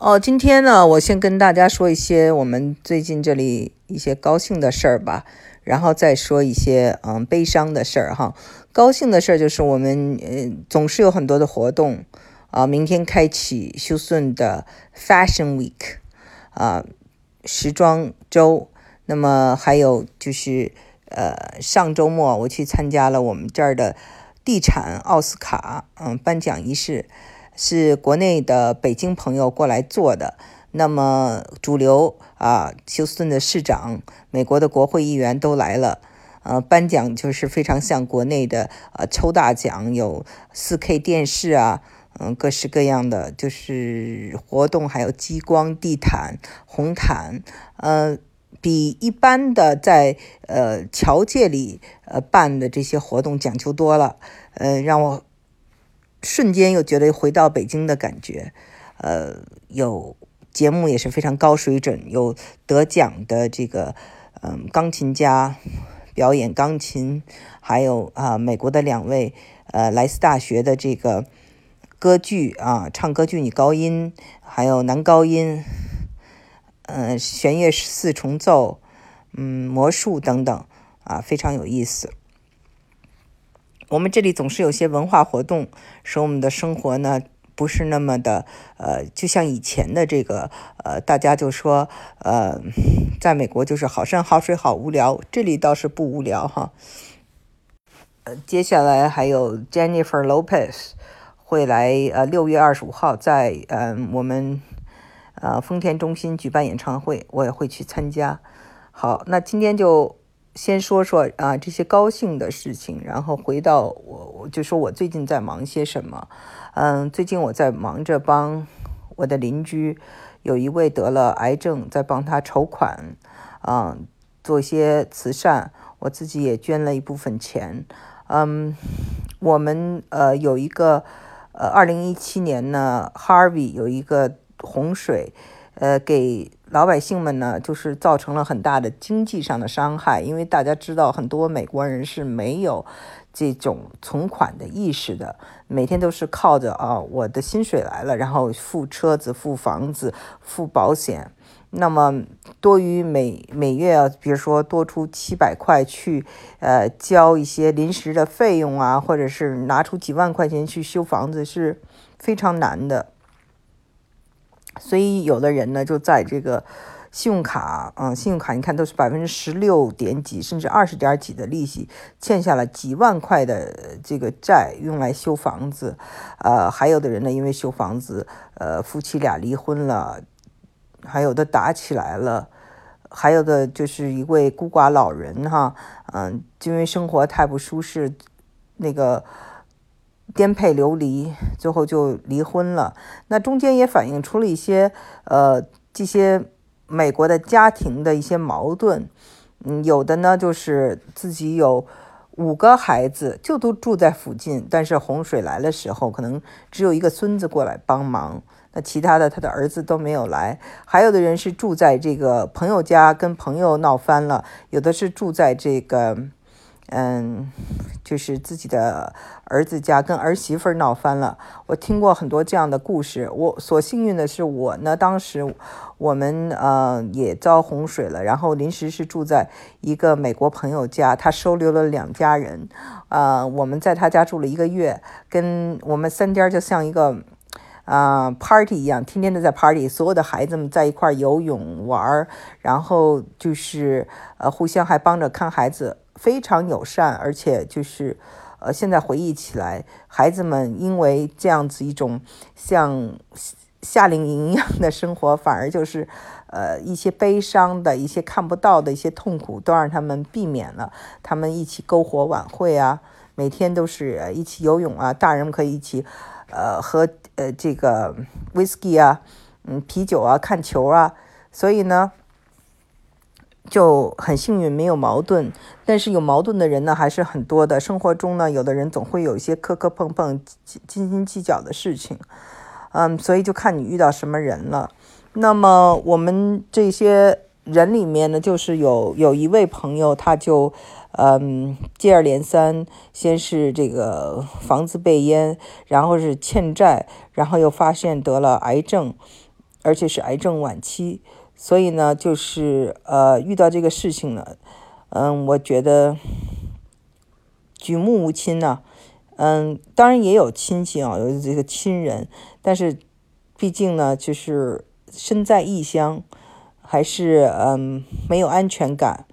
今天呢，我先跟大家说一些我们最近这里一些高兴的事儿吧，然后再说一些悲伤的事儿哈。高兴的事儿就是我们总是有很多的活动明天开启休斯顿的 Fashion Week 时装周。那么还有就是上周末我去参加了我们这儿的地产奥斯卡颁奖仪式。是国内的北京朋友过来做的，那么主流休斯顿的市长、美国的国会议员都来了，颁奖就是非常像国内的抽大奖，有 4K 电视各式各样的就是活动，还有激光地毯、红毯，比一般的在侨界里办的这些活动讲究多了，让我瞬间又觉得回到北京的感觉。有节目也是非常高水准，有得奖的这个钢琴家表演钢琴，还有美国的2位莱斯大学的这个歌剧唱歌剧女高音，还有男高音，弦乐4重奏，魔术等等非常有意思。我们这里总是有些文化活动，使我们的生活呢不是那么的就像以前的这个大家就说在美国就是好山好水好无聊，这里倒是不无聊哈。接下来还有 Jennifer Lopez 会来6月25号在我们丰田中心举办演唱会，我也会去参加。好，那今天就先说说这些高兴的事情，然后回到我就说我最近在忙些什么。最近我在忙着帮我的邻居，有一位得了癌症，在帮他筹款，做一些慈善，我自己也捐了一部分钱。我们有一个2017年呢 Harvey 有一个洪水，给老百姓们呢就是造成了很大的经济上的伤害，因为大家知道很多美国人是没有这种存款的意识的，每天都是靠着我的薪水来了，然后付车子、付房子、付保险，那么多于每月比如说多出700块去交一些临时的费用或者是拿出几万块钱去修房子是非常难的。所以有的人呢就在这个信用卡你看都是16点几甚至20点几的利息，欠下了几万块的这个债用来修房子。还有的人呢因为修房子夫妻俩离婚了，还有的打起来了，还有的就是一位孤寡老人因为生活太不舒适，那个颠沛流离，最后就离婚了。那中间也反映出了一些这些美国的家庭的一些矛盾。有的呢就是自己有5个孩子，就都住在附近，但是洪水来的时候可能只有一个孙子过来帮忙，那其他的他的儿子都没有来。还有的人是住在这个朋友家，跟朋友闹翻了，有的是住在这个就是自己的儿子家，跟儿媳妇闹翻了。我听过很多这样的故事。我所幸运的是我呢，当时我们也遭洪水了，然后临时是住在一个美国朋友家，他收留了2家人，我们在他家住了1个月，跟我们3家就像一个party 一样，天天都在 party， 所有的孩子们在一块游泳玩，然后就是互相还帮着看孩子，非常友善。而且就是现在回忆起来，孩子们因为这样子一种像夏令营一样的生活，反而就是一些悲伤的一些看不到的一些痛苦都让他们避免了。他们一起篝火晚会每天都是一起游泳大人可以一起喝这个 whisky 啤酒看球所以呢就很幸运没有矛盾。但是有矛盾的人呢还是很多的，生活中呢有的人总会有一些磕磕碰碰斤斤计较的事情，所以就看你遇到什么人了。那么我们这些人里面呢，就是有一位朋友，他就接二连三，先是这个房子被淹，然后是欠债，然后又发现得了癌症， 而且是癌症晚期，所以呢，就是遇到这个事情呢，我觉得举目无亲呢，当然也有亲戚啊，有这个亲人，但是毕竟呢，就是身在异乡，还是没有安全感，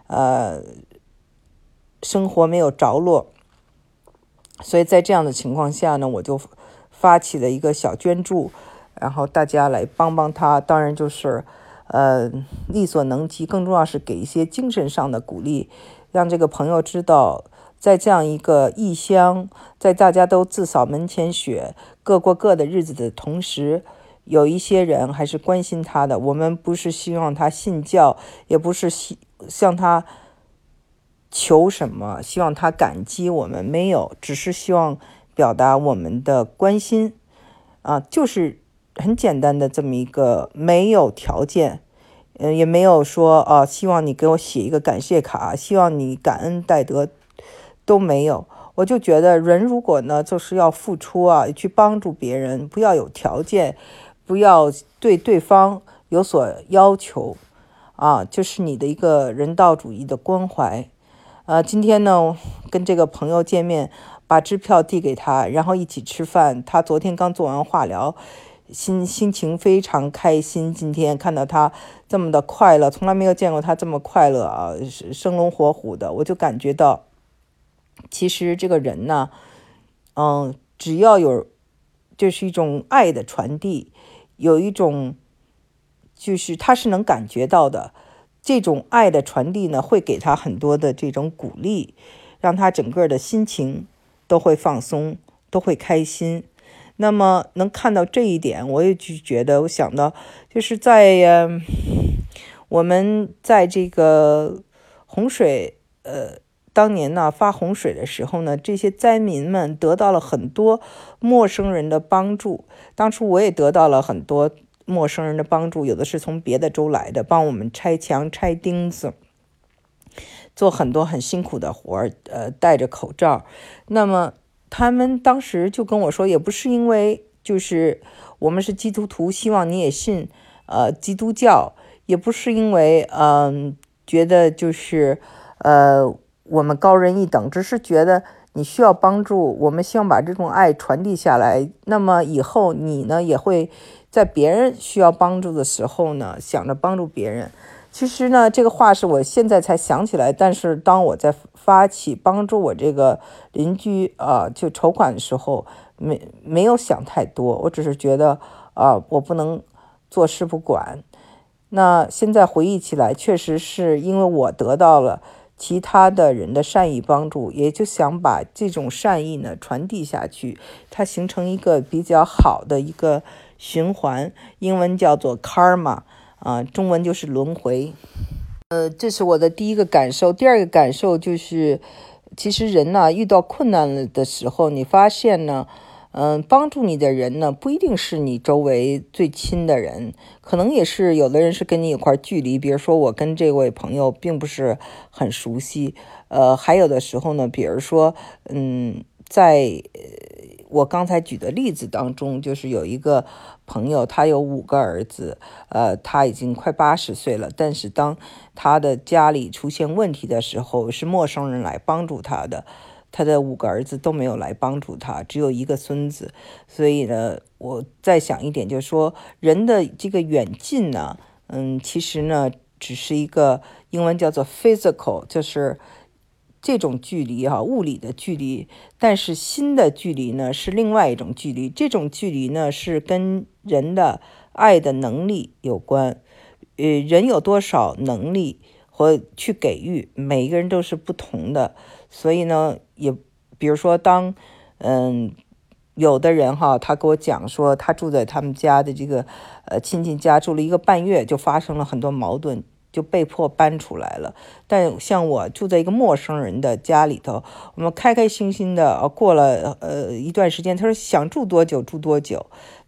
生活没有着落，所以在这样的情况下呢，我就发起了一个小捐助，然后大家来帮帮他，当然就是力所能及，更重要是给一些精神上的鼓励，让这个朋友知道，在这样一个异乡，在大家都自扫门前雪，各过各的日子的同时，有一些人还是关心他的。我们不是希望他信教，也不是向他求什么，希望他感激我们，没有，只是希望表达我们的关心就是很简单的这么一个，没有条件，也没有说希望你给我写一个感谢卡，希望你感恩戴德，都没有。我就觉得人如果呢就是要付出去帮助别人，不要有条件，不要对对方有所要求就是你的一个人道主义的关怀。今天呢跟这个朋友见面，把支票递给他，然后一起吃饭。他昨天刚做完化疗，心情非常开心，今天看到他这么的快乐，从来没有见过他这么快乐生龙活虎的。我就感觉到其实这个人呢只要有就是一种爱的传递，有一种就是他是能感觉到的，这种爱的传递呢会给他很多的这种鼓励，让他整个的心情都会放松，都会开心。那么能看到这一点，我也就觉得，我想到就是在我们在这个洪水当年呢发洪水的时候呢，这些灾民们得到了很多陌生人的帮助。当初我也得到了很多陌生人的帮助，有的是从别的州来的，帮我们拆墙拆钉子，做很多很辛苦的活戴着口罩。那么他们当时就跟我说，也不是因为就是我们是基督徒，希望你也信基督教，也不是因为觉得就是我们高人一等，只是觉得你需要帮助，我们希望把这种爱传递下来。那么以后你呢也会在别人需要帮助的时候呢，想着帮助别人。其实呢，这个话是我现在才想起来，但是当我在发起帮助我这个邻居就筹款的时候，没有想太多，我只是觉得我不能坐视不管。那现在回忆起来，确实是因为我得到了其他的人的善意帮助，也就想把这种善意呢传递下去，它形成一个比较好的一个循环，英文叫做 karma。中文就是轮回。这是我的第一个感受。第二个感受就是，其实人呢遇到困难了的时候，你发现呢，帮助你的人呢不一定是你周围最亲的人，可能也是有的人是跟你有块距离。比如说我跟这位朋友并不是很熟悉，还有的时候呢，比如说，在我刚才举的例子当中，就是有一个朋友，他有5个儿子，他已经快80岁了，但是当他的家里出现问题的时候，是陌生人来帮助他的，他的5个儿子都没有来帮助他，只有一个孙子。所以呢，我再想一点，就是说人的这个远近呢，其实呢，只是一个英文叫做 physical， 就是这种距离物理的距离，但是心的距离呢是另外一种距离。这种距离呢是跟人的爱的能力有关。人有多少能力和去给予，每一个人都是不同的。所以呢，也比如说当有的人他给我讲说，他住在他们家的这个亲戚家住了1个半月，就发生了很多矛盾，就被迫搬出来了。但像我住在一个陌生人的家里头，我们开开心心的过了一段时间。他说想住多久住多久，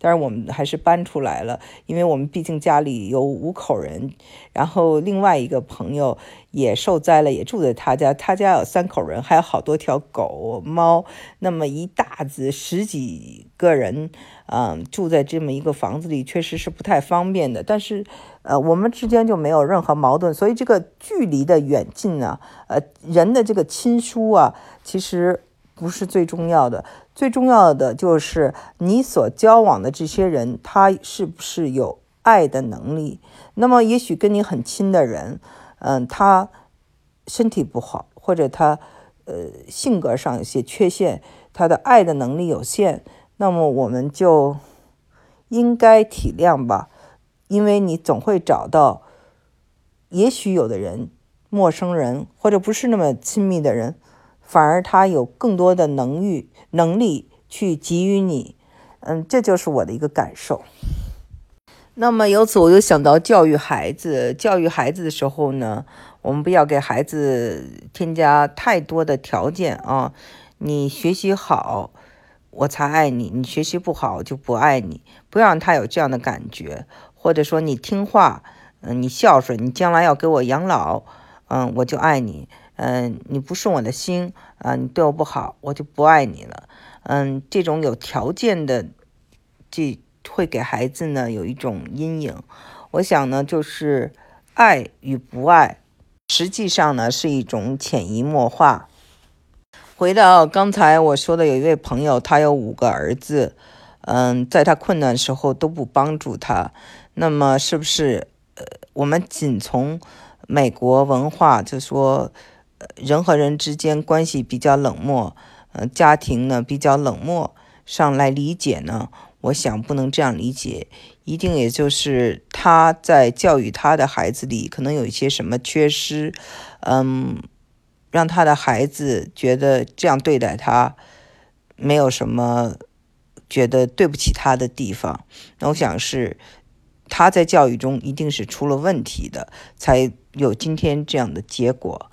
但是我们还是搬出来了，因为我们毕竟家里有5口人，然后另外一个朋友也受灾了，也住在他家，他家有3口人，还有好多条狗猫，那么一大子10几个人，住在这么一个房子里，确实是不太方便的。但是我们之间就没有任何矛盾，所以这个距离的远近呢，人的这个亲疏啊，其实不是最重要的，最重要的就是你所交往的这些人，他是不是有爱的能力。那么也许跟你很亲的人，他身体不好，或者他性格上有些缺陷，他的爱的能力有限，那么我们就应该体谅吧，因为你总会找到，也许有的人，陌生人或者不是那么亲密的人，反而他有更多的能力去给予你，这就是我的一个感受。那么由此我又想到教育孩子的时候呢，我们不要给孩子添加太多的条件啊，你学习好我才爱你，你学习不好就不爱你，不要让他有这样的感觉。或者说你听话，你孝顺，你将来要给我养老，我就爱你，你不顺我的心，你对我不好，我就不爱你了。这种有条件的，这会给孩子呢有一种阴影。我想呢，就是爱与不爱，实际上呢是一种潜移默化。回到刚才我说的，有一位朋友，他有5个儿子，在他困难的时候都不帮助他。那么是不是我们仅从美国文化，就说人和人之间关系比较冷漠，家庭呢比较冷漠上来理解呢？我想不能这样理解，一定也就是他在教育他的孩子里可能有一些什么缺失，让他的孩子觉得这样对待他没有什么觉得对不起他的地方。那我想是他在教育中一定是出了问题的，才有今天这样的结果。